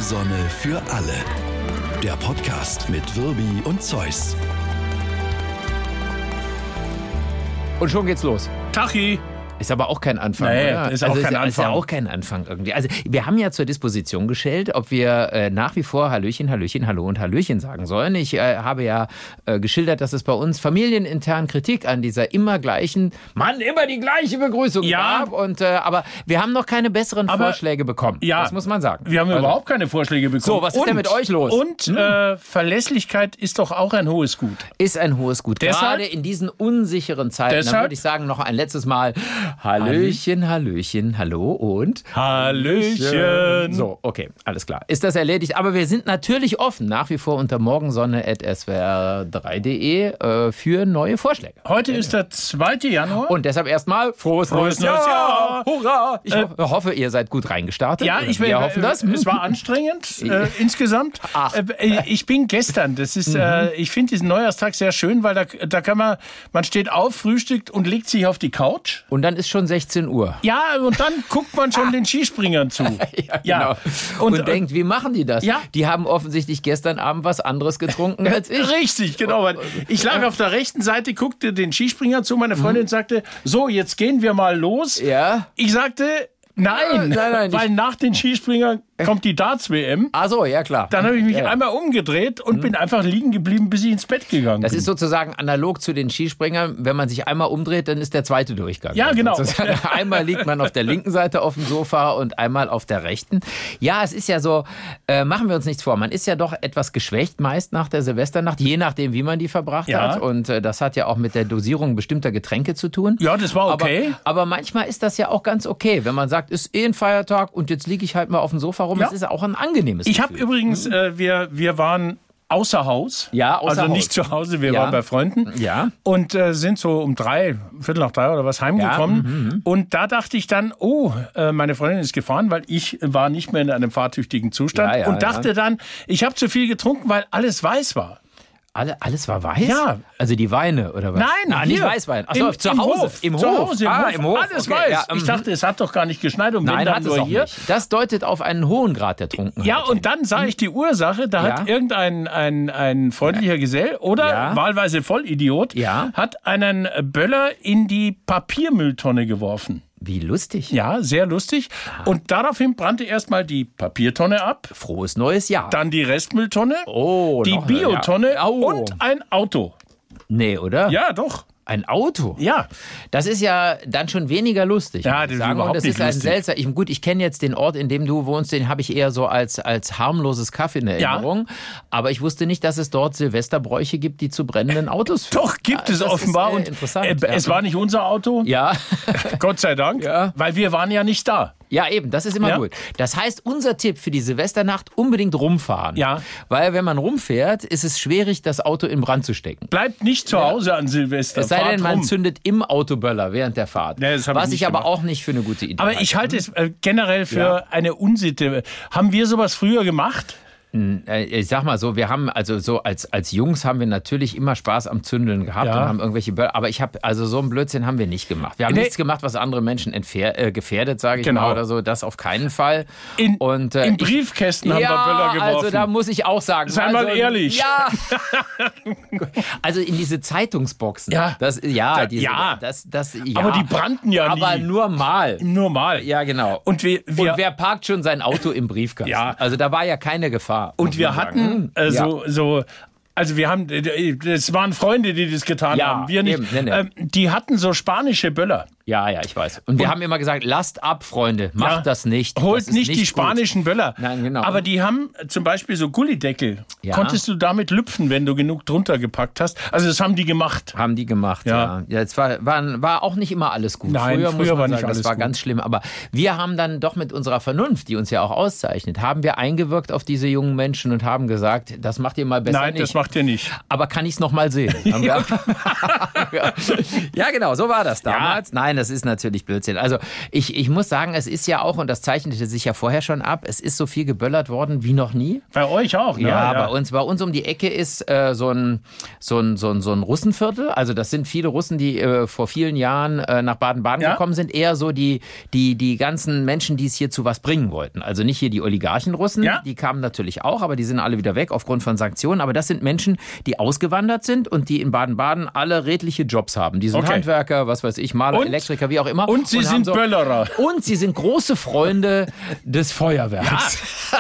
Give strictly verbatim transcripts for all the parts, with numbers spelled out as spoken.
Morgensonne für alle. Der Podcast mit Wirbi und Zeus. Und schon geht's los. Tachi. Ist aber auch kein Anfang, nee, oder? Ist auch also kein ist, Anfang. Ist ja auch kein Anfang irgendwie. Also wir haben ja zur Disposition gestellt, ob wir äh, nach wie vor Hallöchen, Hallöchen, Hallo und Hallöchen sagen sollen. Ich äh, habe ja äh, geschildert, dass es bei uns familienintern Kritik an dieser immer gleichen, Mann, immer die gleiche Begrüßung ja. gab. Und, äh, aber wir haben noch keine besseren aber, Vorschläge bekommen. Ja, das muss man sagen. Wir haben also, überhaupt keine Vorschläge bekommen. So, was ist und, denn mit euch los? Und hm? äh, Verlässlichkeit ist doch auch ein hohes Gut. Ist ein hohes Gut. Deshalb, Gerade in diesen unsicheren Zeiten. Deshalb, dann würde ich sagen, noch ein letztes Mal Hallöchen. Hallöchen, hallo und Hallöchen. So, okay, alles klar. Ist das erledigt? Aber wir sind natürlich offen, nach wie vor unter morgensonne at s w r drei punkt d e äh, für neue Vorschläge. Heute ist der zweite Januar. Und deshalb erstmal frohes, frohes neues Jahr. Jahr. Hurra! Ich äh, ho- hoffe, ihr seid gut reingestartet. Ja, ich wir will, hoffen das. Es war anstrengend äh, insgesamt. Ach. Äh, ich bin gestern, das ist, mhm. äh, ich finde diesen Neujahrstag sehr schön, weil da, da kann man, man steht auf, frühstückt und legt sich auf die Couch. Und dann ist schon sechzehn Uhr. Ja, und dann guckt man schon den Skispringern zu. ja, ja. Genau. Und, und denkt, wie machen die das? Ja. Die haben offensichtlich gestern Abend was anderes getrunken als ich. Richtig, genau. Weil ich lag auf der rechten Seite, guckte den Skispringer zu, meine Freundin mhm. sagte, so, jetzt gehen wir mal los. Ja. Ich sagte, nein, nein, nein weil nach den Skispringern kommt die Darts-W M. Ach so, ja klar. Dann habe ich mich ja. einmal umgedreht und mhm. bin einfach liegen geblieben, bis ich ins Bett gegangen das bin. Das ist sozusagen analog zu den Skispringern. Wenn man sich einmal umdreht, dann ist der zweite Durchgang. Ja, genau. Sozusagen. Einmal liegt man auf der linken Seite auf dem Sofa und einmal auf der rechten. Ja, es ist ja so, äh, machen wir uns nichts vor, man ist ja doch etwas geschwächt meist nach der Silvesternacht, je nachdem, wie man die verbracht ja. hat. Und äh, das hat ja auch mit der Dosierung bestimmter Getränke zu tun. Ja, das war okay. Aber, aber manchmal ist das ja auch ganz okay, wenn man sagt, ist eh ein Feiertag und jetzt liege ich halt mal auf dem Sofa rum. Ja. Es ist auch ein angenehmes Ich habe Gefühl. übrigens, äh, wir, wir waren außer Haus. Ja, außer also Haus. nicht zu Hause, wir ja. waren bei Freunden. Ja. Und äh, sind so um drei, Viertel nach drei oder was heimgekommen. Ja, mhm. Und da dachte ich dann, oh, äh, meine Freundin ist gefahren, weil ich war nicht mehr in einem fahrtüchtigen Zustand. Ja, ja, und dachte ja. dann, ich habe zu viel getrunken, weil alles weiß war. Alle, alles war weiß? Ja. Also die Weine oder was? Nein, Nein, nicht hier. Weißwein. Achso, Im, zu im Hause. Hof. Im zu Hof. Hause, im ah, Hof. im Hof. Alles okay. weiß. Ja, ich mhm. dachte, es hat doch gar nicht geschneit. Und Nein, wenn dann hat es nur auch hier. nicht. Das deutet auf einen hohen Grad der Trunkenheit. Ja, und dann sah ich die Ursache. Da Ja. hat irgendein ein, ein freundlicher Gesell oder Ja. wahlweise Vollidiot Ja. hat einen Böller in die Papiermülltonne geworfen. Wie lustig. Ja, sehr lustig. Und daraufhin brannte erstmal die Papiertonne ab, Frohes neues Jahr. dann die Restmülltonne, oh, die noch, Biotonne ja. oh. und ein Auto. Nee, oder? Ja, doch. Ein Auto? Ja. Das ist ja dann schon weniger lustig. Ja, muss das ich ist sagen. überhaupt Und das nicht ist ein lustig. seltsam. Ich, gut, ich kenne jetzt den Ort, in dem du wohnst, den habe ich eher so als, als harmloses Kaff in Erinnerung. Ja. Aber ich wusste nicht, dass es dort Silvesterbräuche gibt, die zu brennenden Autos führen. Doch, gibt ja, es das offenbar. Ist, äh, und interessant. äh, es ja. war nicht unser Auto. Ja. Gott sei Dank. Ja. Weil wir waren ja nicht da. Ja, eben, das ist immer Ja. gut. Das heißt, unser Tipp für die Silvesternacht, unbedingt rumfahren. Ja. Weil wenn man rumfährt, ist es schwierig, das Auto in Brand zu stecken. Bleibt nicht zu Hause an Silvester. Es sei Fahrt denn, man rum. zündet im Auto Böller während der Fahrt. Nee, das hab ich was nicht ich aber gemacht. auch nicht für eine gute Idee Aber halte. ich halte es äh, generell für Ja. eine Unsitte. Haben wir sowas früher gemacht? Ich sag mal so, wir haben also so als, als Jungs haben wir natürlich immer Spaß am Zündeln gehabt Ja. und haben irgendwelche Böller, aber ich habe also so einen Blödsinn haben wir nicht gemacht. Wir haben Nee. nichts gemacht, was andere Menschen entfer- äh, gefährdet, sage ich Genau. mal oder so, das auf keinen Fall. In, und, äh, in ich- Briefkästen haben ja, wir Böller geworfen. also da muss ich auch sagen. Sei mal also, ehrlich. Ja. Also in diese Zeitungsboxen. Ja. Das, ja, Da- diese, ja. Das, das, ja. Aber die brannten ja Aber nie. nur mal. Nur mal. Ja, genau. Und wir, wir, und wer parkt schon sein Auto im Briefkasten? Ja. Also da war ja keine Gefahr. muss und wir man sagen. hatten äh, Ja. so, so, also wir haben, das waren Freunde, die das getan Ja, haben. Wir nicht. eben, nee, nee. Ähm, die hatten so spanische Böller. Ja, ja, ich weiß. Und wir haben immer gesagt, lasst ab, Freunde, macht Ja. das nicht. Holt das ist nicht, die gut. spanischen Böller. Nein, genau. Aber die haben zum Beispiel so Gullideckel. Ja. Konntest du damit lüpfen, wenn du genug drunter gepackt hast? Also das haben die gemacht. Haben die gemacht, Ja. ja. ja es war, war, war auch nicht immer alles gut. Nein, früher, früher muss man war nicht sagen, alles das war gut. ganz schlimm. Aber wir haben dann doch mit unserer Vernunft, die uns ja auch auszeichnet, haben wir eingewirkt auf diese jungen Menschen und haben gesagt, das macht ihr mal besser Nein, nicht. das macht ihr nicht. Aber kann ich es noch mal sehen? Haben wir- ja, genau, so war das damals. Nein, Nein, das ist natürlich Blödsinn. Also ich, ich muss sagen, es ist ja auch, und das zeichnete sich ja vorher schon ab, es ist so viel geböllert worden wie noch nie. Bei euch auch, ne? Ja, Ja, bei uns, bei uns um die Ecke ist äh, so, ein, so, ein, so, ein, so ein Russenviertel. Also das sind viele Russen, die äh, vor vielen Jahren äh, nach Baden-Baden Ja. gekommen sind. Eher so die, die, die ganzen Menschen, die es hier zu was bringen wollten. Also nicht hier die Oligarchenrussen, Ja. die kamen natürlich auch, aber die sind alle wieder weg aufgrund von Sanktionen. Aber das sind Menschen, die ausgewandert sind und die in Baden-Baden alle redliche Jobs haben. Die sind Okay. Handwerker, was weiß ich, Maler, Und? Elektriker, wie auch immer. Und sie haben sind so, Böllerer. Und sie sind große Freunde des Feuerwerks.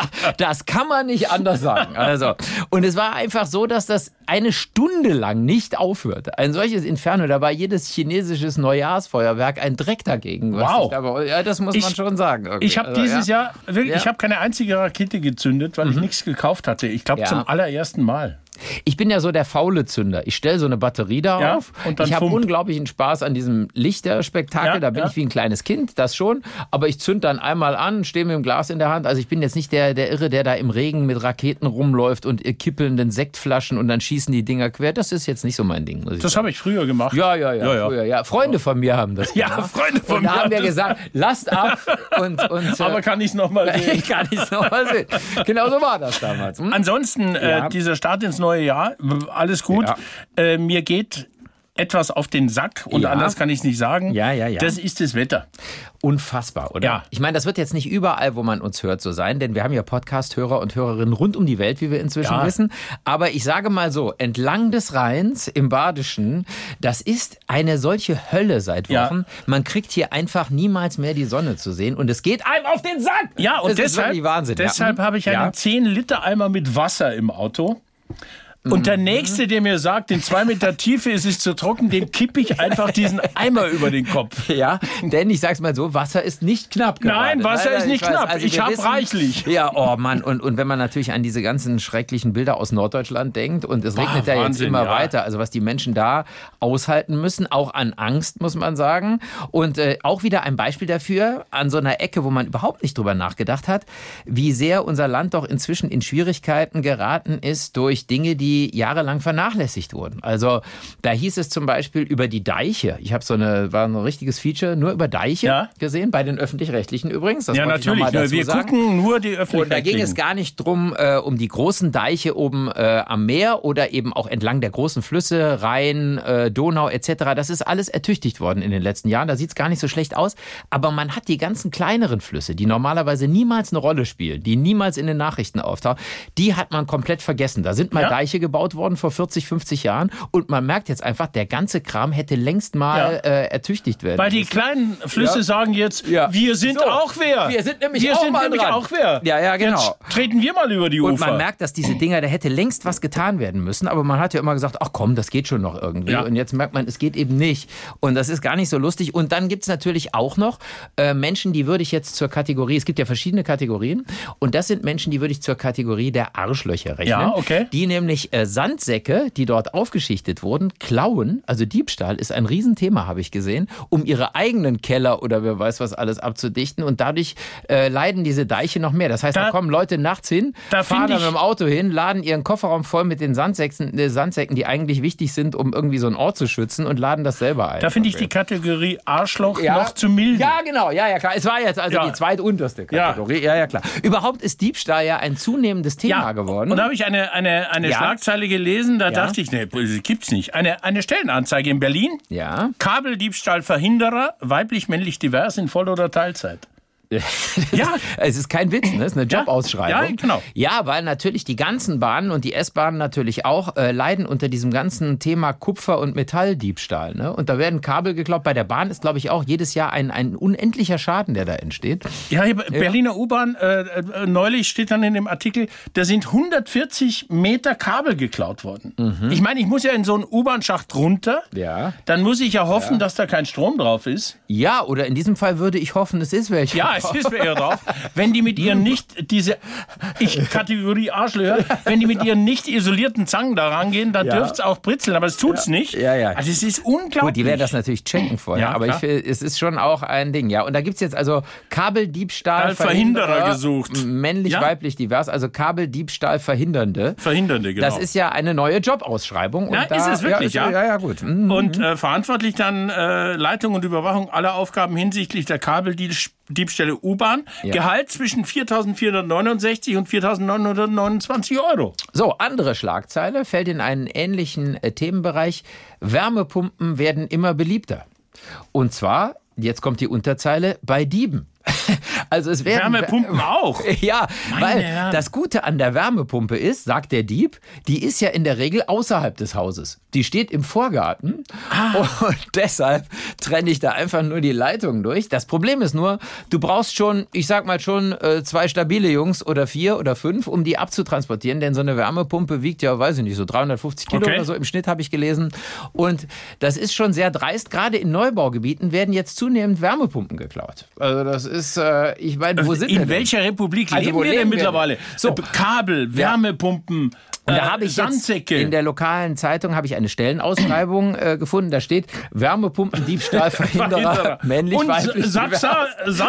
Das kann man nicht anders sagen. Also, und es war einfach so, dass das eine Stunde lang nicht aufhört. Ein solches Inferno, da war jedes chinesisches Neujahrsfeuerwerk ein Dreck dagegen. was Wow. ich da, ja, das muss Ich- man schon sagen. irgendwie. Ich habe Also, dieses ja. Jahr, wirklich, Ja. ich habe keine einzige Rakete gezündet, weil ich nichts gekauft hatte. Ich glaube Ja. zum allerersten Mal. Ich bin ja so der faule Zünder. Ich stelle so eine Batterie da Ja, auf. und dann ich habe fummt. unglaublichen Spaß an diesem Lichterspektakel. Ja, da bin ja. ich wie ein kleines Kind, das schon. Aber ich zünd dann einmal an, stehe mit dem Glas in der Hand. Also ich bin jetzt nicht der, der Irre, der da im Regen mit Raketen rumläuft und kippelnden Sektflaschen und dann schießen die Dinger quer. Das ist jetzt nicht so mein Ding. Muss ich Das sagen. habe ich früher gemacht. Ja, ja, ja, Ja, ja. Früher, ja. Freunde von mir haben das Ja, gemacht. Freunde von und mir da haben haben wir das- gesagt, lasst ab und, und Aber kann ich es nochmal sehen? ich kann es noch mal sehen. Genau so war das damals. Hm? Ansonsten, Ja. äh, dieser Start ins neue Jahr, alles gut. Ja. Äh, mir geht etwas auf den Sack und Ja. anders kann ich es nicht sagen. Ja, ja, ja. Das ist das Wetter. Unfassbar, oder? Ja. Ich meine, das wird jetzt nicht überall, wo man uns hört, so sein, denn wir haben ja Podcast-Hörer und Hörerinnen rund um die Welt, wie wir inzwischen Ja. wissen. Aber ich sage mal so, entlang des Rheins im Badischen, das ist eine solche Hölle seit Ja. Wochen. Man kriegt hier einfach niemals mehr die Sonne zu sehen und es geht einem auf den Sack. Ja, und das ist deshalb, wirklich Wahnsinn. deshalb ja. habe ich einen Ja. zehn Liter Eimer mit Wasser im Auto. Und der Nächste, der mir sagt, in zwei Meter Tiefe ist es zu trocken, dem kippe ich einfach diesen Eimer über den Kopf. Ja, denn ich sag's mal so, Wasser ist nicht knapp gerade. Nein, Wasser ist ich nicht weiß, knapp. also Ich wir hab wissen- reichlich. Ja, oh Mann, und, und wenn man natürlich an diese ganzen schrecklichen Bilder aus Norddeutschland denkt und es regnet ja jetzt Wahnsinn, immer ja. weiter, also was die Menschen da aushalten müssen, auch an Angst, muss man sagen. Und äh, auch wieder ein Beispiel dafür, an so einer Ecke, wo man überhaupt nicht drüber nachgedacht hat, wie sehr unser Land doch inzwischen in Schwierigkeiten geraten ist durch Dinge, die jahrelang vernachlässigt wurden. Also da hieß es zum Beispiel über die Deiche. Ich habe so eine, war ein richtiges Feature, nur über Deiche Ja. gesehen, bei den Öffentlich-Rechtlichen übrigens. Das Ja, wollte ich natürlich. noch mal dazu Wir sagen. gucken nur die Und da Öffentlichkeit. ging es gar nicht drum, äh, um die großen Deiche oben äh, am Meer oder eben auch entlang der großen Flüsse, Rhein, äh, Donau et cetera. Das ist alles ertüchtigt worden in den letzten Jahren. Da sieht es gar nicht so schlecht aus. Aber man hat die ganzen kleineren Flüsse, die normalerweise niemals eine Rolle spielen, die niemals in den Nachrichten auftauchen, die hat man komplett vergessen. Da sind mal Ja. Deiche gebaut worden vor vierzig, fünfzig Jahren und man merkt jetzt einfach, der ganze Kram hätte längst mal Ja. äh, ertüchtigt werden Weil die müssen. kleinen Flüsse Ja. sagen jetzt, Ja. wir sind So. auch wer. Wir sind nämlich wir auch sind mal nämlich dran. auch wer. Ja, ja, genau. Jetzt treten wir mal über die Und Ufer. man merkt, dass diese Dinger, da hätte längst was getan werden müssen, aber man hat ja immer gesagt, ach komm, das geht schon noch irgendwie. Ja. Und jetzt merkt man, es geht eben nicht. Und das ist gar nicht so lustig. Und dann gibt es natürlich auch noch äh, Menschen, die würde ich jetzt zur Kategorie, es gibt ja verschiedene Kategorien, und das sind Menschen, die würde ich zur Kategorie der Arschlöcher rechnen. Ja, okay. Die nämlich äh, Sandsäcke, die dort aufgeschichtet wurden, klauen, also Diebstahl ist ein Riesenthema, habe ich gesehen, um ihre eigenen Keller oder wer weiß was alles abzudichten. Und dadurch äh, leiden diese Deiche noch mehr. Das heißt, da, Da- kommen Leute nachts hin, da fahren find dann ich- mit dem Auto hin, laden ihren Kofferraum voll mit den Sandsäcken, äh, Sandsäcken, die eigentlich wichtig sind, um irgendwie so einen Ort zu schützen, und laden das selber ein. Da finde ich die Kategorie Arschloch Ja. noch zu milde. Ja, genau, ja, ja, klar. Es war jetzt also Ja. die zweitunterste Kategorie. Ja. ja, ja, klar. Überhaupt ist Diebstahl ja ein zunehmendes Thema geworden. Und da habe ich eine, eine, eine Ja. Schlagzeile gelesen, da Ja. dachte ich, nee, das gibt's nicht. Eine, eine Stellenanzeige in Berlin. ja. Kabeldiebstahlverhinderer, weiblich-männlich divers in Voll- oder Teilzeit. Ja, es ist kein Witz, ne? Es ist eine Ja. Jobausschreibung. Ja, genau. Ja, weil natürlich die ganzen Bahnen und die S-Bahnen natürlich auch äh, leiden unter diesem ganzen Thema Kupfer- und Metalldiebstahl. Ne? Und da werden Kabel geklaut. Bei der Bahn ist, glaube ich, auch jedes Jahr ein, ein unendlicher Schaden, der da entsteht. Ja, hier, Berliner U-Bahn, äh, äh, neulich steht dann in dem Artikel, da sind hundertvierzig Meter Kabel geklaut worden. Ich meine, ich muss ja in so einen U-Bahn-Schacht runter. Ja. Dann muss ich ja hoffen, dass da kein Strom drauf ist. Ja, oder in diesem Fall würde ich hoffen, es ist welcher. Ja, Ja, es ist mir eher drauf. Wenn die mit ihren nicht, diese, ich Kategorie Arschlöcher, wenn die mit ihren nicht isolierten Zangen da rangehen, dann Ja. dürfte es auch britzeln, aber es tut's Ja. nicht. Ja, ja. Also es ist unglaublich. Gut, die werden das natürlich checken vorher, Ja, aber ich klar. finde, es ist schon auch ein Ding, ja. Und da gibt es jetzt also Kabeldiebstahl Verhinderer gesucht. männlich, Ja. weiblich, divers, also Kabeldiebstahl Verhindernde. Verhindernde, genau. Das ist ja eine neue Jobausschreibung. Ja, und da, ist es wirklich, ja. ja. Ja, ja, gut. Mhm. Und äh, verantwortlich dann äh, Leitung und Überwachung aller Aufgaben hinsichtlich der Kabeldiebstähle U-Bahn. Ja. Gehalt zwischen viertausendvierhundertneunundsechzig und viertausendneunhundertneunundzwanzig Euro. So, andere Schlagzeile fällt in einen ähnlichen äh, Themenbereich. Wärmepumpen werden immer beliebter. Und zwar, jetzt kommt die Unterzeile, bei Dieben. Also es werden Wärmepumpen auch. Ja, Meine weil Herren. das Gute an der Wärmepumpe ist, sagt der Dieb, die ist ja in der Regel außerhalb des Hauses. Die steht im Vorgarten Ah. und deshalb trenne ich da einfach nur die Leitungen durch. Das Problem ist nur, du brauchst schon, ich sag mal schon, äh, zwei stabile Jungs oder vier oder fünf, um die abzutransportieren, denn so eine Wärmepumpe wiegt ja, weiß ich nicht, so dreihundertfünfzig Kilo Okay. oder so im Schnitt, habe ich gelesen. Und das ist schon sehr dreist. Gerade in Neubaugebieten werden jetzt zunehmend Wärmepumpen geklaut. Also das ist, äh, ich meine, wo sind wir In denn? welcher Republik Also leben wo wir leben denn wir mittlerweile? So. Äh, Kabel, Wärmepumpen, Und da äh, habe ich jetzt Sandsäcke. in der lokalen Zeitung habe ich eine Stellenausschreibung äh, gefunden. Da steht Wärmepumpendiebstahlverhinderer, männlich, und weiblich. Sandsa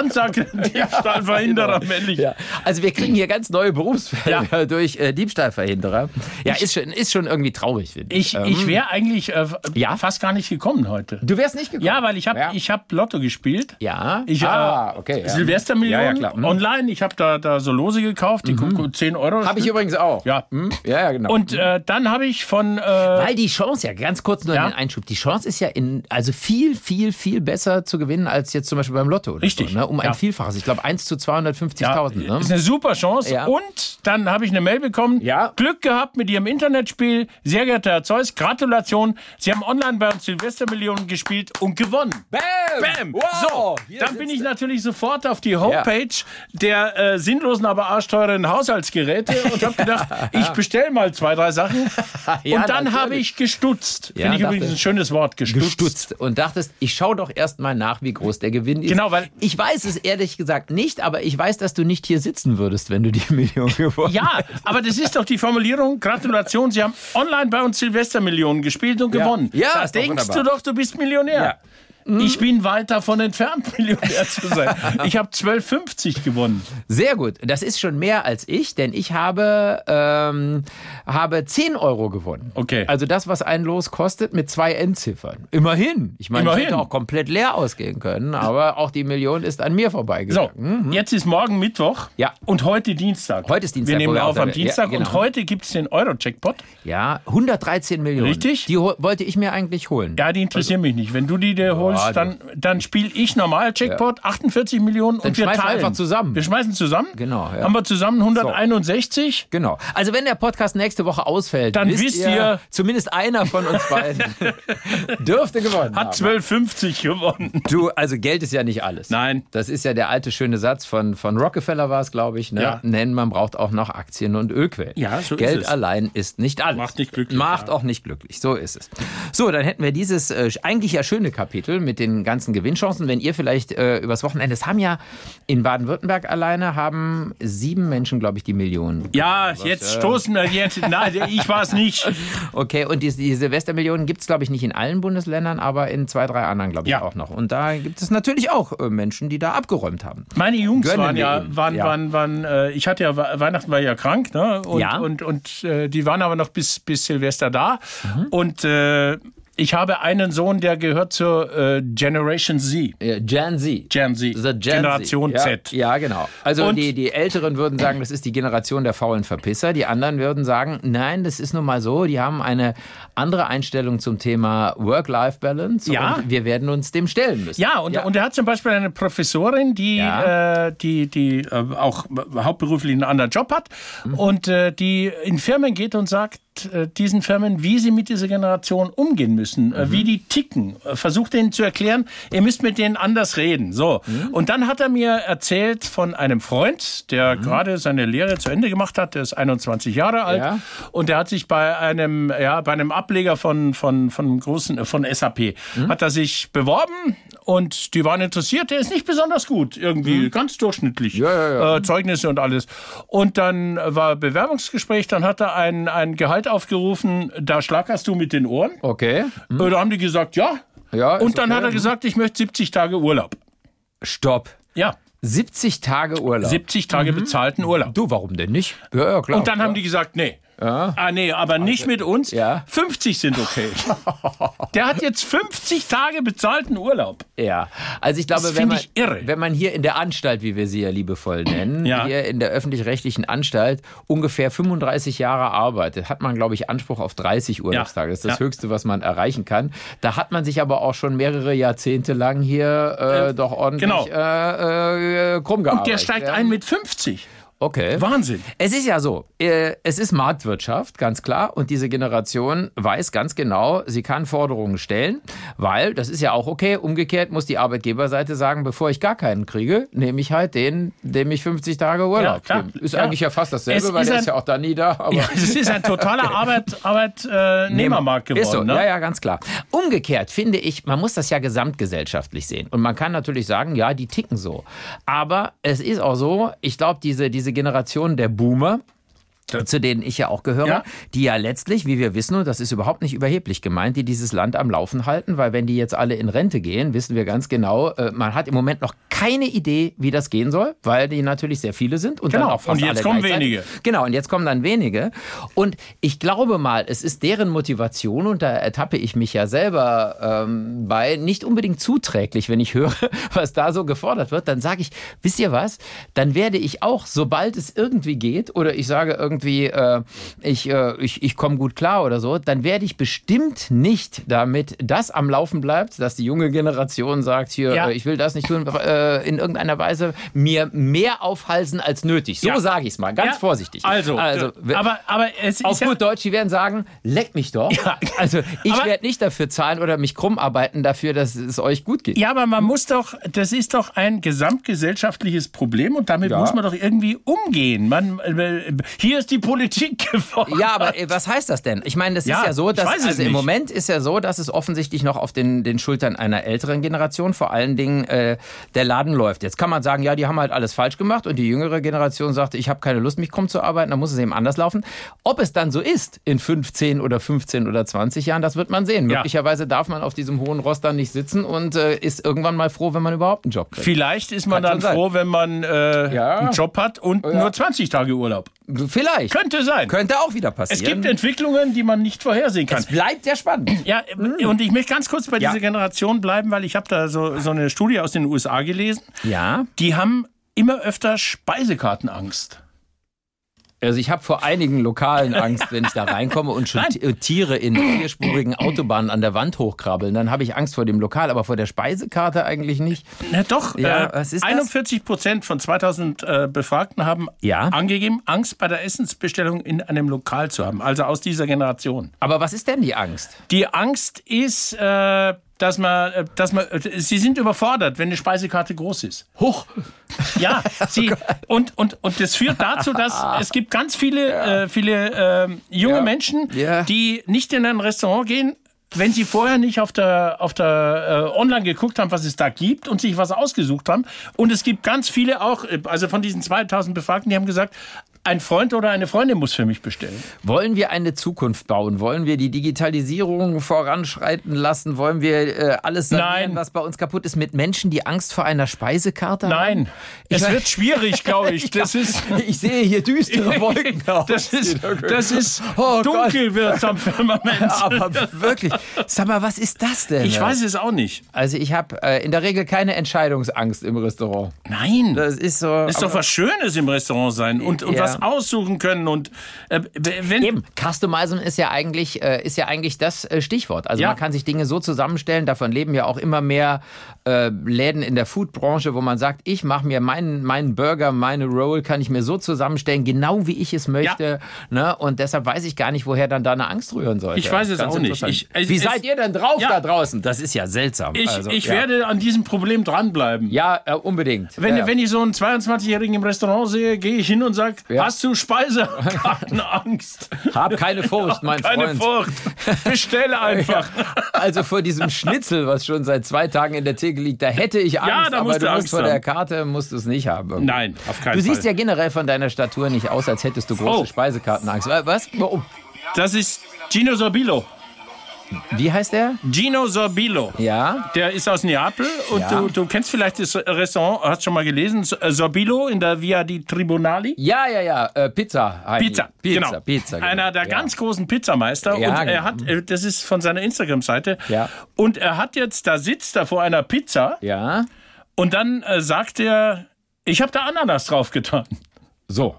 Sandsack-Diebstahlverhinderer, männlich. Ja, also wir kriegen hier ganz neue Berufsfelder durch äh, Diebstahlverhinderer. Ja, ist schon, ist schon irgendwie traurig, finde ich. Ich, ich wäre eigentlich äh, Ja? fast gar nicht gekommen heute. Du wärst nicht gekommen. Ja, weil ich habe Ja. ich hab Lotto gespielt. Ja? Ich, ah, äh, okay. Ja. Silvestermillionen Ja, ja, klar. Hm. online. Ich habe da, da so Lose gekauft, die mhm. zehn Euro. Habe ich übrigens auch. Ja. Hm? Ja, ja, genau. Und äh, dann habe ich von... Äh, Weil die Chance ja, ganz kurz nur Ja? einen Einschub, die Chance ist ja in, also viel, viel, viel besser zu gewinnen als jetzt zum Beispiel beim Lotto. Oder Richtig. So, ne? Um Ja. ein Vielfaches. Ich glaube eins zu zweihundertfünfzigtausend. Ne? ist eine super Chance. Ja. Und dann habe ich eine Mail bekommen. Ja. Glück gehabt mit Ihrem Internetspiel. Sehr geehrter Herr Zeus, Gratulation. Sie haben online bei uns Silvestermillionen gespielt und gewonnen. Bam! Bam! Wow! So, Hier dann sitzt bin ich er. natürlich sofort auf die Homepage der äh, sinnlosen, aber arschteuren Haushaltsgeräte und habe gedacht, ich bestelle mal zwei, drei Sachen. Ja, und dann natürlich. habe ich gestutzt. Ja, Finde ich dachte- übrigens ein schönes Wort, gestutzt. Gestutzt und dachtest, ich schaue doch erst mal nach, wie groß der Gewinn ist. Genau, weil- ich weiß es ehrlich gesagt nicht, aber ich weiß, dass du nicht hier sitzen würdest, wenn du die Million gewonnen Ja, aber das ist doch die Formulierung. Gratulation, Sie haben online bei uns Silvestermillionen gespielt und Ja. gewonnen. Ja, da ist doch denkst wunderbar. du doch, du bist Millionär. Ja. Ich bin weit davon entfernt, Millionär zu sein. Ich habe zwölf fünfzig gewonnen. Sehr gut. Das ist schon mehr als ich, denn ich habe, ähm, habe zehn Euro gewonnen. Okay. Also das, was ein Los kostet, mit zwei Endziffern. Immerhin. Ich meine, ich Immerhin. hätte auch komplett leer ausgehen können, aber auch die Million ist an mir So, vorbeigegangen. jetzt ist morgen Mittwoch Ja. und heute Dienstag. Heute ist Dienstag, Wir wo nehmen wir auf am aufnehmen. Dienstag Ja, genau. und heute gibt es den Euro-Jackpot. Ja, hundertdreizehn Millionen. Richtig. Die ho- wollte ich mir eigentlich holen. Ja, die interessieren mich nicht. Wenn du die dir holst, du- dann, dann spiele ich normal Jackpot, achtundvierzig Millionen und wir schmeißen wir teilen. einfach zusammen. Wir schmeißen zusammen. Genau, ja. Haben wir zusammen hunderteinundsechzig. Genau. Also wenn der Podcast nächste Woche ausfällt, Dann wisst ihr- zumindest einer von uns beiden dürfte gewonnen haben. Hat zwölf fünfzig gewonnen. Du, also Geld ist ja nicht alles. Nein. Das ist ja der alte schöne Satz von, von Rockefeller war es, glaube ich. Ne? Ja. Denn man braucht auch noch Aktien und Ölquellen. Ja, so ist Geld es. allein ist nicht alles. Macht nicht glücklich, Macht ja. auch nicht glücklich. So ist es. So, dann hätten wir dieses äh, eigentlich ja schöne Kapitel mit den ganzen Gewinnchancen. Wenn ihr vielleicht äh, übers Wochenende, es haben ja in Baden-Württemberg alleine haben sieben Menschen, glaube ich, die Millionen. Ja, jetzt stoßen wir jetzt. Nein, ich war es nicht. Okay, und die, die Silvestermillionen gibt es, glaube ich, nicht in allen Bundesländern, aber in zwei, drei anderen, glaube ich, Ja. auch noch. Und da gibt es natürlich auch äh, Menschen, die da abgeräumt haben. Meine Jungs Gönnen waren wir ja, ihnen. waren, Ja. waren, waren, äh, ich hatte ja, Weihnachten war ja krank, ne? Und, Ja. und, und äh, die waren aber noch bis, bis Silvester da. Mhm. Und äh, ich habe einen Sohn, der gehört zur äh, Generation Z. Ja, Gen Z. Gen Z. The Gen Generation Z. Z. Ja, ja, genau. Also Und- die, die Älteren würden sagen, das ist die Generation der faulen Verpisser. Die anderen würden sagen, nein, das ist nun mal so. Die haben eine andere Einstellung zum Thema Work-Life-Balance. Ja. Und wir werden uns dem stellen müssen. Ja, und, und er hat zum Beispiel eine Professorin, die, Ja. äh, die, die äh, auch hauptberuflich einen anderen Job hat Mhm. und äh, die in Firmen geht und sagt, äh, diesen Firmen, wie sie mit dieser Generation umgehen müssen, äh, mhm. wie die ticken. Äh, versucht denen zu erklären, ihr müsst mit denen anders reden. So. Mhm. Und dann hat er mir erzählt von einem Freund, der mhm. gerade seine Lehre zu Ende gemacht hat, der ist einundzwanzig Jahre alt ja. und der hat sich bei einem, ja, bei einem Ableger von, von, von, großen, äh, von S A P, mhm. hat er sich beworben und die waren interessiert, der ist nicht besonders gut, irgendwie mhm. ganz durchschnittlich, ja, ja, ja. Äh, Zeugnisse und alles. Und dann war Bewerbungsgespräch, dann hat er ein, ein Gehalt aufgerufen, da schlackerst du mit den Ohren. Okay. Mhm. Da haben die gesagt, ja. ja und dann okay. hat er gesagt, ich möchte siebzig Tage Urlaub. Stopp. Ja. siebzig Tage Urlaub. siebzig Tage mhm. bezahlten Urlaub. Du, warum denn nicht? Ja, ja, klar. Und dann klar. haben die gesagt, nee. Ja. Ah, nee, aber nicht also, mit uns. Ja. fünfzig sind okay. Der hat jetzt fünfzig Tage bezahlten Urlaub. Ja, also ich glaube, das wenn man, ich irre. wenn man hier in der Anstalt, wie wir sie ja liebevoll nennen, ja. hier in der öffentlich-rechtlichen Anstalt ungefähr fünfunddreißig Jahre arbeitet, hat man, glaube ich, Anspruch auf dreißig Urlaubstage. Das ist das ja. Höchste, was man erreichen kann. Da hat man sich aber auch schon mehrere Jahrzehnte lang hier äh, äh, doch ordentlich genau. äh, äh, krumm gearbeitet. Und der steigt ein mit fünfzig. Okay. Wahnsinn. Es ist ja so, äh, es ist Marktwirtschaft, ganz klar. Und diese Generation weiß ganz genau, sie kann Forderungen stellen, weil, das ist ja auch okay, umgekehrt muss die Arbeitgeberseite sagen, bevor ich gar keinen kriege, nehme ich halt den, dem ich fünfzig Tage Urlaub ja, gebe. Ist ja. eigentlich ja fast dasselbe, es weil ist der ein, ist ja auch da nie da. Aber ja, es ist ein totaler Arbeit, Arbeitnehmermarkt geworden. Ist so, ne? ja, ja, ganz klar. Umgekehrt finde ich, man muss das ja gesamtgesellschaftlich sehen. Und man kann natürlich sagen, ja, die ticken so. Aber es ist auch so, ich glaube, diese, diese Generation der Boomer, zu denen ich ja auch gehöre, ja. die ja letztlich, wie wir wissen, und das ist überhaupt nicht überheblich gemeint, die dieses Land am Laufen halten, weil wenn die jetzt alle in Rente gehen, wissen wir ganz genau, man hat im Moment noch keine Idee, wie das gehen soll, weil die natürlich sehr viele sind. Und, genau. dann auch fast und jetzt alle kommen wenige. Genau, und jetzt kommen dann wenige. Und ich glaube mal, es ist deren Motivation, und da ertappe ich mich ja selber ähm, bei, nicht unbedingt zuträglich, wenn ich höre, was da so gefordert wird, dann sage ich, wisst ihr was, dann werde ich auch, sobald es irgendwie geht, oder ich sage irgendwie, irgendwie, äh, ich, äh, ich, ich komme gut klar oder so, dann werde ich bestimmt nicht damit das am Laufen bleibt, dass die junge Generation sagt, hier, ja. äh, ich will das nicht tun, äh, in irgendeiner Weise mir mehr aufhalsen als nötig. So ja. sage ich es mal, ganz ja. vorsichtig. Also, also aber, aber es ist auf ja gut Deutsch, die werden sagen, leck mich doch. Ja. Also ich werde nicht dafür zahlen oder mich krumm arbeiten dafür, dass es euch gut geht. Ja, aber man muss doch, das ist doch ein gesamtgesellschaftliches Problem und damit ja. muss man doch irgendwie umgehen. Man, äh, hier ist die Politik gefordert. Ja, aber was heißt das denn? Ich meine, das ja, ist ja so, dass also im Moment ist ja so, dass es offensichtlich noch auf den, den Schultern einer älteren Generation vor allen Dingen äh, der Laden läuft. Jetzt kann man sagen, ja, die haben halt alles falsch gemacht und die jüngere Generation sagt, ich habe keine Lust, mich krumm zu arbeiten, dann muss es eben anders laufen. Ob es dann so ist in fünfzehn oder fünfzehn oder zwanzig Jahren, das wird man sehen. Ja. Möglicherweise darf man auf diesem hohen Ross dann nicht sitzen und äh, ist irgendwann mal froh, wenn man überhaupt einen Job kriegt. Vielleicht ist man kann dann froh, wenn man äh, ja. einen Job hat und ja. nur zwanzig Tage Urlaub. Vielleicht. Könnte sein. Könnte auch wieder passieren. Es gibt Entwicklungen, die man nicht vorhersehen kann. Es bleibt ja spannend. Ja, mhm. und ich möchte ganz kurz bei ja. dieser Generation bleiben, weil ich habe da so, so eine Studie aus den U S A gelesen. Ja. Die haben immer öfter Speisekartenangst. Also ich habe vor einigen Lokalen Angst, wenn ich da reinkomme und schon Nein. Tiere in vierspurigen Autobahnen an der Wand hochkrabbeln. Dann habe ich Angst vor dem Lokal, aber vor der Speisekarte eigentlich nicht. Na doch, ja, äh, was ist das? einundvierzig Prozent von zweitausend äh, Befragten haben ja. angegeben, Angst bei der Essensbestellung in einem Lokal zu haben. Also aus dieser Generation. Aber was ist denn die Angst? Die Angst ist... Äh, dass man, dass man, sie sind überfordert, wenn eine Speisekarte groß ist. Huch! Ja, sie, und, und, und das führt dazu, dass es gibt ganz viele, ja. äh, viele äh, junge ja. Menschen, ja. die nicht in ein Restaurant gehen, wenn sie vorher nicht auf der, auf der äh, online geguckt haben, was es da gibt und sich was ausgesucht haben. Und es gibt ganz viele auch, also von diesen zweitausend Befragten, die haben gesagt, ein Freund oder eine Freundin muss für mich bestellen. Wollen wir eine Zukunft bauen? Wollen wir die Digitalisierung voranschreiten lassen? Wollen wir äh, alles sanieren, Nein. was bei uns kaputt ist, mit Menschen, die Angst vor einer Speisekarte Nein. haben? Nein, es ich wird schwierig, glaube ich. Das ist, ich sehe hier düstere Wolken. Das ist, das ist oh dunkel wird am Firmament. Ja, aber wirklich. Sag mal, was ist das denn? Ich weiß es auch nicht. Also ich habe äh, in der Regel keine Entscheidungsangst im Restaurant. Nein. Das ist so. Ist doch was Schönes im Restaurant sein. Und, und ja. was ja. aussuchen können. Und äh, wenn Eben, Customizen ist ja eigentlich, äh, ist ja eigentlich das äh, Stichwort. Also ja. man kann sich Dinge so zusammenstellen, davon leben ja auch immer mehr äh, Läden in der Foodbranche, wo man sagt, ich mache mir meinen, meinen Burger, meine Roll, kann ich mir so zusammenstellen, genau wie ich es möchte. Ja. Ne? Und deshalb weiß ich gar nicht, woher dann da eine Angst rühren sollte. Ich weiß es auch nicht. Ich, ich, wie es, seid ihr denn drauf ja. da draußen? Das ist ja seltsam. Ich, also, ich ja. werde an diesem Problem dranbleiben. Ja, äh, unbedingt. Wenn, ja. wenn ich so einen zweiundzwanzigjährigen im Restaurant sehe, gehe ich hin und sage, ja. hast du Speisekartenangst? Hab keine Furcht, mein keine Freund. Keine Furcht. Bestelle einfach. Also vor diesem Schnitzel, was schon seit zwei Tagen in der Theke liegt, da hätte ich Angst, ja, da aber du musst Angst vor haben. der Karte musst du es nicht haben. Irgendwie. Nein, auf keinen Fall. Du siehst ja generell von deiner Statur nicht aus, als hättest du große oh. Speisekartenangst. Was? Oh. Das ist Gino Sorbillo. Wie heißt der? Gino Sorbillo. Ja. Der ist aus Neapel und ja. du, du kennst vielleicht das Restaurant, hast schon mal gelesen, Sorbillo in der Via di Tribunali. Ja, ja, ja, äh, Pizza. Pizza, Pizza, genau. Pizza, genau. Einer der ja. ganz großen Pizzameister ja, und er genau. hat, das ist von seiner Instagram-Seite ja. und er hat jetzt, da sitzt er vor einer Pizza ja. und dann äh, sagt er, ich habe da Ananas drauf getan. So.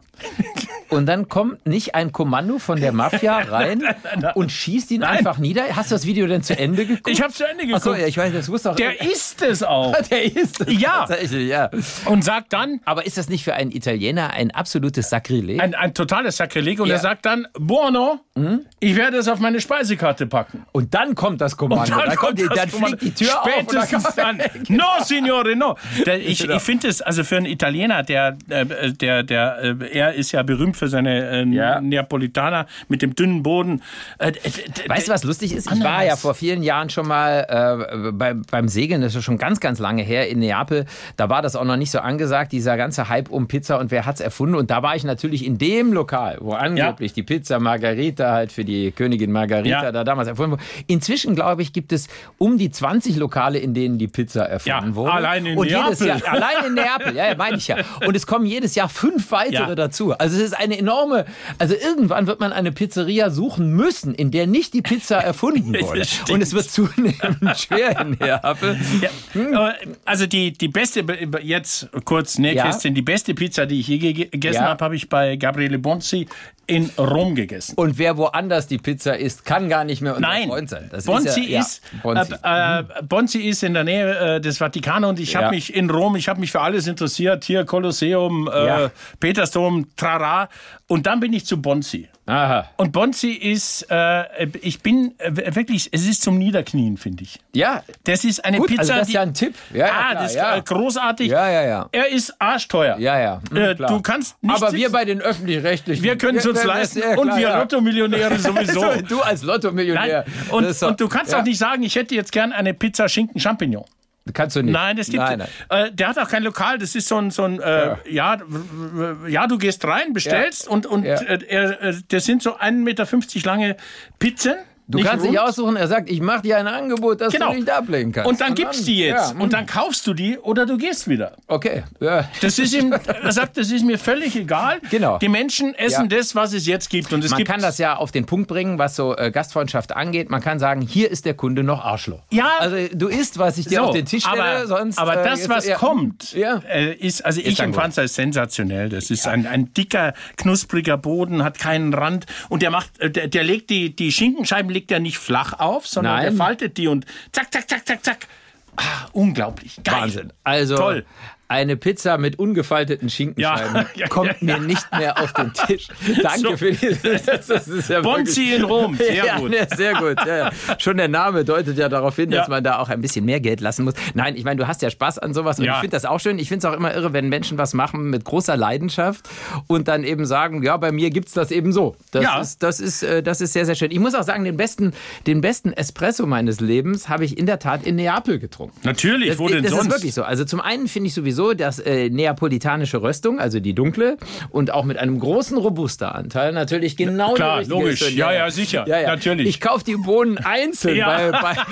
Und dann kommt nicht ein Kommando von der Mafia rein nein, nein, nein. und schießt ihn nein. einfach nieder. Hast du das Video denn zu Ende geguckt? Ich habe zu Ende geguckt. Ach so, ja, ich weiß, das wusste auch. Der isst es auch. Der isst es ja. tatsächlich, ja. Und sagt dann... Aber ist das nicht für einen Italiener ein absolutes Sakrileg? Ein, ein totales Sakrileg. Und ja. er sagt dann, buono, mhm. ich werde es auf meine Speisekarte packen. Und dann kommt das Kommando. Und dann dann, kommt kommt die, dann Kommando. fliegt die Tür Spätestens auf. dann. No, signore, no. Der, ich genau. ich finde es, also für einen Italiener, der, der, der, der, er ist ja berühmt für seine äh, ja. Neapolitaner mit dem dünnen Boden. Äh, weißt du, was lustig ist? Ich war ja vor vielen Jahren schon mal äh, bei, beim Segeln, das ist schon ganz, ganz lange her, in Neapel. Da war das auch noch nicht so angesagt, dieser ganze Hype um Pizza und wer hat's erfunden. Und da war ich natürlich in dem Lokal, wo angeblich ja. die Pizza Margherita halt für die Königin Margherita ja. da damals erfunden wurde. Inzwischen, glaube ich, gibt es um die zwanzig Lokale, in denen die Pizza erfunden ja, wurde. Allein in und Neapel. Jedes Jahr, allein in Neapel, ja, ja meine ich ja. Und es kommen jedes Jahr fünf weitere ja. dazu. Also es ist eine enorme, also irgendwann wird man eine Pizzeria suchen müssen, in der nicht die Pizza erfunden wurde. Und es wird zunehmend schwer in Neapel. Ja. Hm. Also die, die beste, jetzt kurz Nähkästchen, ja. die beste Pizza, die ich je gegessen ja. habe, habe ich bei Gabriele Bonzi in Rom gegessen. Und wer woanders die Pizza isst, kann gar nicht mehr unser Nein. Freund sein. Das Bonzi ist, ja, ist, ja, Bonzi. Äh, äh, Bonzi ist in der Nähe äh, des Vatikan und ich habe ja. mich in Rom, ich habe mich für alles interessiert, hier Kolosseum, äh, ja. Petersdom, Trara und dann bin ich zu Bonzi. Aha. Und Bonzi ist, äh, ich bin äh, wirklich, es ist zum Niederknien, finde ich. Ja. Das ist eine Gut, Pizza, also das ist die, ja ein Tipp. Ja, ja, ah, klar, das ist ja. äh, großartig. Ja, ja, ja. Er ist arschteuer. Ja, ja. Hm, äh, klar. du kannst nicht Aber wir sitzen. bei den Öffentlich-Rechtlichen. Wir können es uns ja, leisten ja, klar, und wir ja. Lotto-Millionäre sowieso. Also, du als Lotto-Millionär. Nein. Und, und du kannst ja. auch nicht sagen, ich hätte jetzt gern eine Pizza Schinken-Champignon. Kannst du nicht. Nein, das gibt nein, nein. Äh, der hat auch kein Lokal. Das ist so ein, so ein äh, ja. ja, ja, du gehst rein, bestellst ja. und, und ja. äh, er, das sind so ein Meter fünfzig lange Pizzen. Du nicht kannst rund. dich aussuchen, er sagt, ich mache dir ein Angebot, das genau. du nicht ablehnen kannst. Und dann und gibst du die jetzt. Ja. Und dann kaufst du die oder du gehst wieder. Okay. Ja. Das ist ihm, er sagt, das ist mir völlig egal. Genau. Die Menschen essen ja. das, was es jetzt gibt. Und es Man gibt kann das ja auf den Punkt bringen, was so äh, Gastfreundschaft angeht. Man kann sagen, hier ist der Kunde noch Arschloch. Ja. Also du isst, was ich dir so, auf den Tisch stelle. Aber, sonst, aber äh, das, jetzt, was ja. kommt, ja. äh, ist, also ist ich empfand es als sensationell. Das ist ja. ein, ein dicker, knuspriger Boden, hat keinen Rand. Und der macht, der, der legt die, die Schinkenscheiben legt er nicht flach auf, sondern Nein. der faltet die und zack, zack, zack, zack, zack. Ah, unglaublich. Geil. Wahnsinn. Also toll. Eine Pizza mit ungefalteten Schinkenscheiben ja, ja, kommt ja, ja. mir nicht mehr auf den Tisch. Danke so. für die. Das ist ja Bonzi in Rom, sehr ja, gut. Ja, sehr gut. Ja, ja. Schon der Name deutet ja darauf hin, ja. dass man da auch ein bisschen mehr Geld lassen muss. Nein, ich meine, du hast ja Spaß an sowas und ja. ich finde das auch schön. Ich finde es auch immer irre, wenn Menschen was machen mit großer Leidenschaft und dann eben sagen, ja, bei mir gibt's das eben so. Das, ja. ist, das, ist, das ist sehr, sehr schön. Ich muss auch sagen, den besten, den besten Espresso meines Lebens habe ich in der Tat in Neapel getrunken. Natürlich, das, wo denn das sonst? Das ist wirklich so. Also zum einen finde ich sowieso, dass äh, neapolitanische Röstung, also die dunkle und auch mit einem großen Robusta-Anteil natürlich genau Klar, die richtige logisch. ist. Ja, ja, sicher. Ja, ja. Natürlich. Ich kaufe die Bohnen einzeln ja. bei,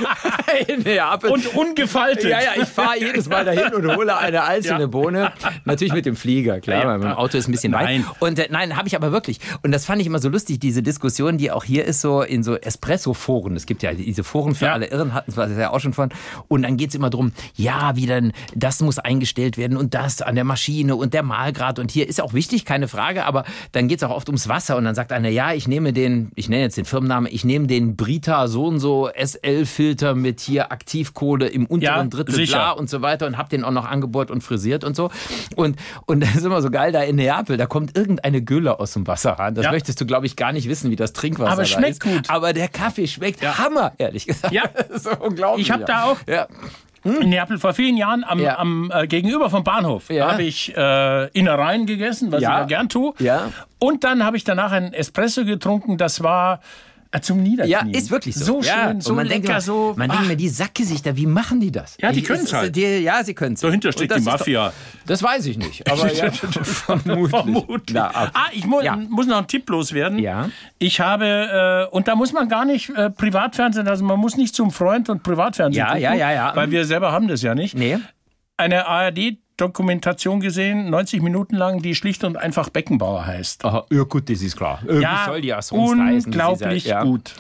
bei in Neapel. Und ungefaltet. Ja, ja, ich fahre jedes Mal dahin und hole eine einzelne ja. Bohne. Natürlich mit dem Flieger, klar, ja, weil mit dem Auto ist ein bisschen nein. weit. Und äh, nein, habe ich aber wirklich. Und das fand ich immer so lustig, diese Diskussion, die auch hier ist, so in so Espresso-Foren. Es gibt ja diese Foren für ja. alle Irren, hatten wir ja auch schon von. Und dann geht es immer drum, ja, wie dann, das muss eingestellt eingestellt werden und das an der Maschine und der Mahlgrad und hier ist auch wichtig, keine Frage, aber dann geht es auch oft ums Wasser und dann sagt einer, ja, ich nehme den, ich nenne jetzt den Firmennamen, ich nehme den Brita so und so S L-Filter mit hier Aktivkohle im unteren Ja, Drittel sicher. bla und so weiter und habe den auch noch angebohrt und frisiert und so. Und, und das ist immer so geil, da in Neapel, da kommt irgendeine Gülle aus dem Wasserhahn. Das Ja. möchtest du, glaube ich, gar nicht wissen, wie das Trinkwasser Aber da schmeckt ist. gut. Aber der Kaffee schmeckt Hammer, ehrlich gesagt. Ja. Das ist so unglaublich. Ich habe da auch Ja. in Neapel vor vielen Jahren am, Ja. am äh, gegenüber vom Bahnhof Ja. habe ich äh, Innereien gegessen, was Ja. ich ja gern tue. Ja. Und dann habe ich danach einen Espresso getrunken. Das war äh, zum Niederknien. Ja, ist wirklich so. So ja. schön, so und man lecker, denkt immer, so. Man denkt mir, die Sackgesichter, wie machen die das? Ja, die Ich- können's es ist- halt. Die, ja, sie können es. Dahinter steckt die Mafia. Das weiß ich nicht. Aber ja, vermutlich. Vermutlich. Na, ab- ah, ich mu Ja. muss noch einen Tipp loswerden. Ja. Ich habe, äh, und da muss man gar nicht äh, Privatfernsehen, also man muss nicht zum Freund und Privatfernsehen Ja, gucken, ja, ja, ja. weil wir selber haben das ja nicht. Nee. Eine A R D-Dokumentation gesehen, neunzig Minuten lang, die schlicht und einfach Beckenbauer heißt. Aha, ja gut, das ist klar. Irgendwie Ja, soll die ja sonst heißen. unglaublich ja. gut.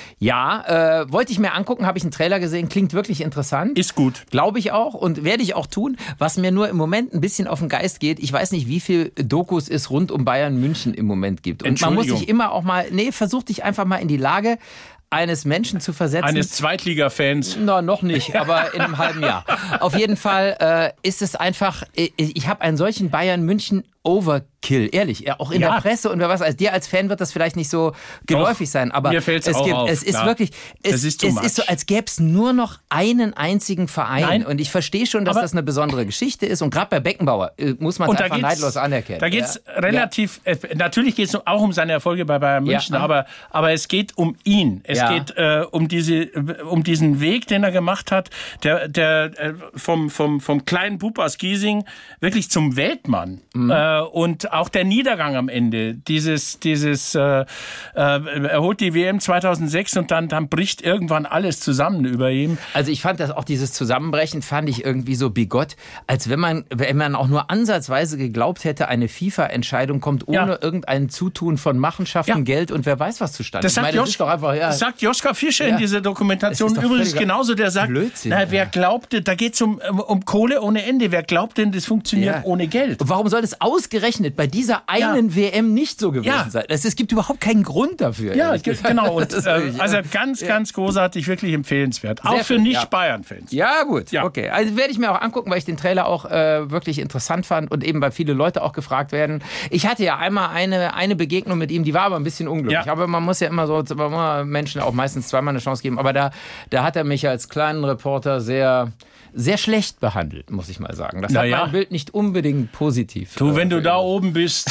Ja, äh, wollte ich mir angucken, habe ich einen Trailer gesehen, klingt wirklich interessant. Ist gut. Glaube ich auch und werde ich auch tun. Was mir nur im Moment ein bisschen auf den Geist geht, ich weiß nicht, wie viel Dokus es rund um Bayern München im Moment gibt. Und man muss Entschuldigung. sich immer auch mal, nee, versuch dich einfach mal in die Lage eines Menschen zu versetzen. Eines Zweitliga-Fans. Na, noch nicht, aber in einem halben Jahr. Auf jeden Fall äh, ist es einfach, ich, ich habe einen solchen Bayern München Overkill, ehrlich, ja, auch in Ja. der Presse und wer was, als dir als Fan wird das vielleicht nicht so geläufig sein, aber mir fällt's es auch gibt, auf, es ist klar. wirklich, es, Das ist too es much. ist so, als gäbe es nur noch einen einzigen Verein Nein. und ich verstehe schon, dass Aber- das eine besondere Geschichte ist und gerade bei Beckenbauer äh, muss man es Und da einfach geht's, neidlos anerkennen. da geht's ja. relativ, äh, natürlich geht es auch um seine Erfolge bei Bayern Ja. München, aber, aber es geht um ihn. Es Ja. geht äh, um, diese, um diesen Weg, den er gemacht hat, der, der äh, vom, vom, vom kleinen Bub aus Giesing wirklich zum Weltmann. Mhm. Äh, und auch der Niedergang am Ende, dieses, dieses äh, äh, er holt die W M zweitausendsechs und dann, dann bricht irgendwann alles zusammen über ihm. Also ich fand das auch, dieses Zusammenbrechen fand ich irgendwie so bigott, als wenn man, wenn man auch nur ansatzweise geglaubt hätte, eine FIFA-Entscheidung kommt ohne Ja. irgendein Zutun von Machenschaften, Ja. Geld und wer weiß was zustande. Das Ich sagt, meine, das Josch, ist doch einfach, ja. das sagt Joschka Fischer Ja. in dieser Dokumentation Es ist doch übrigens völliger genauso. Der sagt, Blödsinn, na, wer ja. glaubte, da geht es um, um Kohle ohne Ende. Wer glaubt denn, das funktioniert Ja. ohne Geld? Warum soll das ausgerechnet bei dieser einen W M nicht so gewesen Ja. sein? Es, es gibt überhaupt keinen Grund dafür. Ja, ehrlich ge- gesagt. genau. Und, Das ist äh, wirklich, also ja. ganz, ganz großartig, wirklich empfehlenswert. Auch für schön, Nicht-Bayern-Fans. Ja, gut. Ja. Okay. Also werde ich mir auch angucken, weil ich den Trailer auch äh, wirklich interessant fand und eben weil viele Leute auch gefragt werden. Ich hatte ja einmal eine, eine Begegnung mit ihm, die war aber ein bisschen unglücklich. Ja. Aber man muss ja immer so man muss Menschen auch meistens zweimal eine Chance geben. Aber da, da hat er mich als kleinen Reporter sehr, sehr schlecht behandelt, muss ich mal sagen. Das Na hat ja. mein Bild nicht unbedingt positiv. Du, wenn äh, du da oben bist,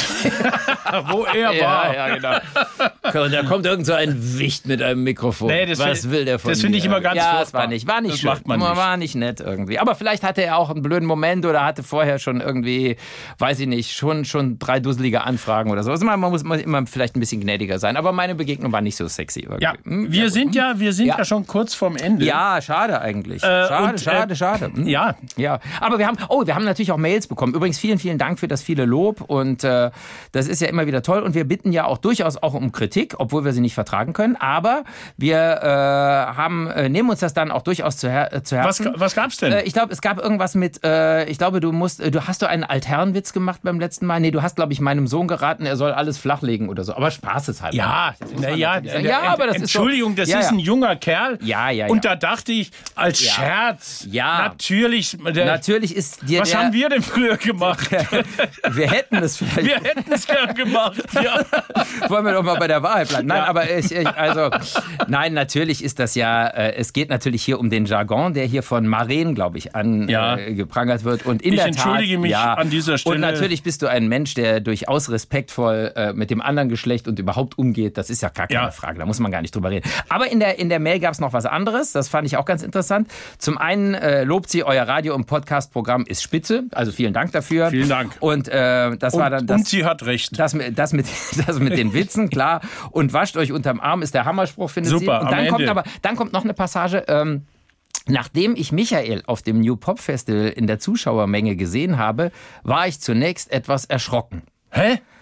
wo er war. Ja, ja, genau. Und da kommt irgend so ein Wicht mit einem Mikrofon. Nee, das Was find- will der von das finde ich mir? immer ganz Ja, furchtbar. es war nicht, war nicht Das schön. macht man nicht. War nicht nett irgendwie. Aber vielleicht hatte er auch einen blöden Moment oder hatte vorher schon irgendwie, weiß ich nicht, schon, schon drei dusselige Anfragen oder so. Also man muss man immer vielleicht ein bisschen gnädiger sein. Aber meine Begegnung war nicht so sexy irgendwie. Ja, Hm? wir sind ja, wir sind ja. Ja. schon kurz vorm Ende. Ja, schade eigentlich. Äh, schade, und, äh, schade, schade. Hm? Ja, Ja, aber wir haben, oh, wir haben natürlich auch Mails bekommen. Übrigens vielen, vielen Dank für das viele Lob und äh, das ist ja immer wieder toll. Und wir bitten ja auch durchaus auch um Kritik, obwohl wir sie nicht vertragen können. Aber wir äh, haben, äh, nehmen uns das dann auch durchaus zu, her äh, zu was, Herzen. was gab's denn? Äh, ich glaube, es gab irgendwas mit, äh, ich glaube, du musst, äh, du hast du einen Altherrenwitz gemacht beim letzten Mal? Nee, du hast, glaube ich, meinem Sohn geraten, er soll alles flachlegen oder so. Aber spaßeshalber. Ja, Das muss na man ja, natürlich sagen. äh, ja, aber das Entschuldigung, ist so, das ja, ist ein ja. junger Kerl. Ja, ja, ja. Und da dachte ich, als Ja. Scherz, Ja. natürlich. Der, Natürlich ist dir was der, haben wir denn früher gemacht? wir hätten es vielleicht. Wir hätten es gern gemacht. Ja. Wollen wir doch mal bei der Wahrheit bleiben. Nein, Ja. aber ich, ich, also, nein, natürlich ist das ja, äh, es geht natürlich hier um den Jargon, der hier von Maren, glaube ich, Ja. angeprangert äh, wird. Und in Ich der entschuldige Tat, mich ja, an dieser Stelle. Und natürlich bist du ein Mensch, der durchaus respektvoll äh, mit dem anderen Geschlecht und überhaupt umgeht. Das ist ja gar keine Ja. Frage, da muss man gar nicht drüber reden. Aber in der, in der Mail gab es noch was anderes, das fand ich auch ganz interessant. Zum einen äh, lobt sie, euer Radio- und Podcast-Programm ist spitze, also vielen Dank dafür. Vielen Dank. Und äh, das Und, war dann das. und sie hat recht. Das mit, das, mit, das mit den Witzen, klar. Und wascht euch unterm Arm ist der Hammerspruch, findet Super, sie. Und am dann kommt Ende. aber, dann kommt noch eine Passage. Ähm, nachdem ich Michael auf dem New Pop Festival in der Zuschauermenge gesehen habe, war ich zunächst etwas erschrocken. Hä?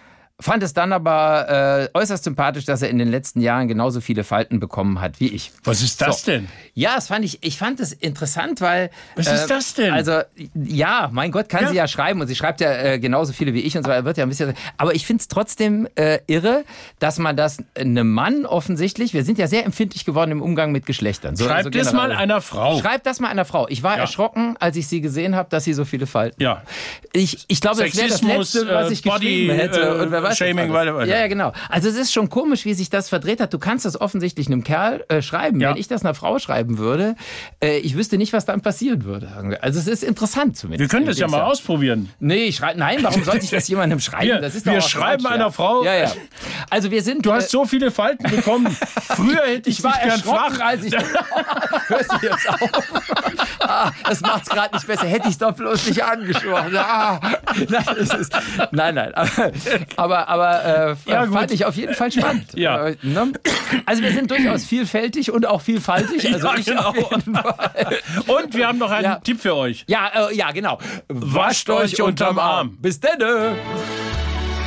fand es dann aber äh, äußerst sympathisch, dass er in den letzten Jahren genauso viele Falten bekommen hat wie ich. Was ist das so. denn? Ja, das fand ich, ich fand es interessant, weil... Was äh, ist das denn? Also, ja, mein Gott, kann ja. sie ja schreiben und sie schreibt ja äh, genauso viele wie ich und so weiter, wird ja ein bisschen... Aber ich finde es trotzdem äh, irre, dass man das einem Mann offensichtlich, wir sind ja sehr empfindlich geworden im Umgang mit Geschlechtern. So, Schreibt so das mal einer Frau. Schreibt das mal einer Frau. Ich war ja. erschrocken, als ich sie gesehen habe, dass sie so viele Falten ja. Ich, ich glaube, das wäre das Letzte, was ich Body, geschrieben hätte. Äh, und wer weiß Shaming, weiter, weiter. Ja, ja, genau. Also es ist schon komisch, wie sich das verdreht hat. Du kannst das offensichtlich einem Kerl äh, schreiben. Ja. Wenn ich das einer Frau schreiben würde, äh, ich wüsste nicht, was dann passieren würde. Also es ist interessant zumindest. Wir können das ja mal sagen. ausprobieren. Nee, ich schrei- nein, warum sollte ich das jemandem schreiben? Wir, das ist wir schreiben einer ja. Frau. Ja, ja. Also wir sind. Du äh, hast so viele Falten bekommen. Früher hätte ich, ich war gern flach. Als ich hörst du jetzt auf? Ah, das macht's gerade nicht besser. Hätte ich doch bloß nicht angesprochen. Ah, nein, das ist, nein, nein. Aber, aber, aber äh, ja, fand ich auf jeden Fall spannend. Ja. Äh, ne? Also wir sind durchaus vielfältig und auch vielfaltig. Also ja, ich genau. auf jeden Fall. Und wir haben noch einen ja. Tipp für euch. Ja, äh, ja, genau. Wascht, Wascht euch unterm Arm. Arm. Bis denne.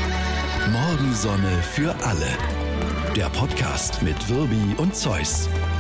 Morgensonne für alle. Der Podcast mit Wirbi und Zeus.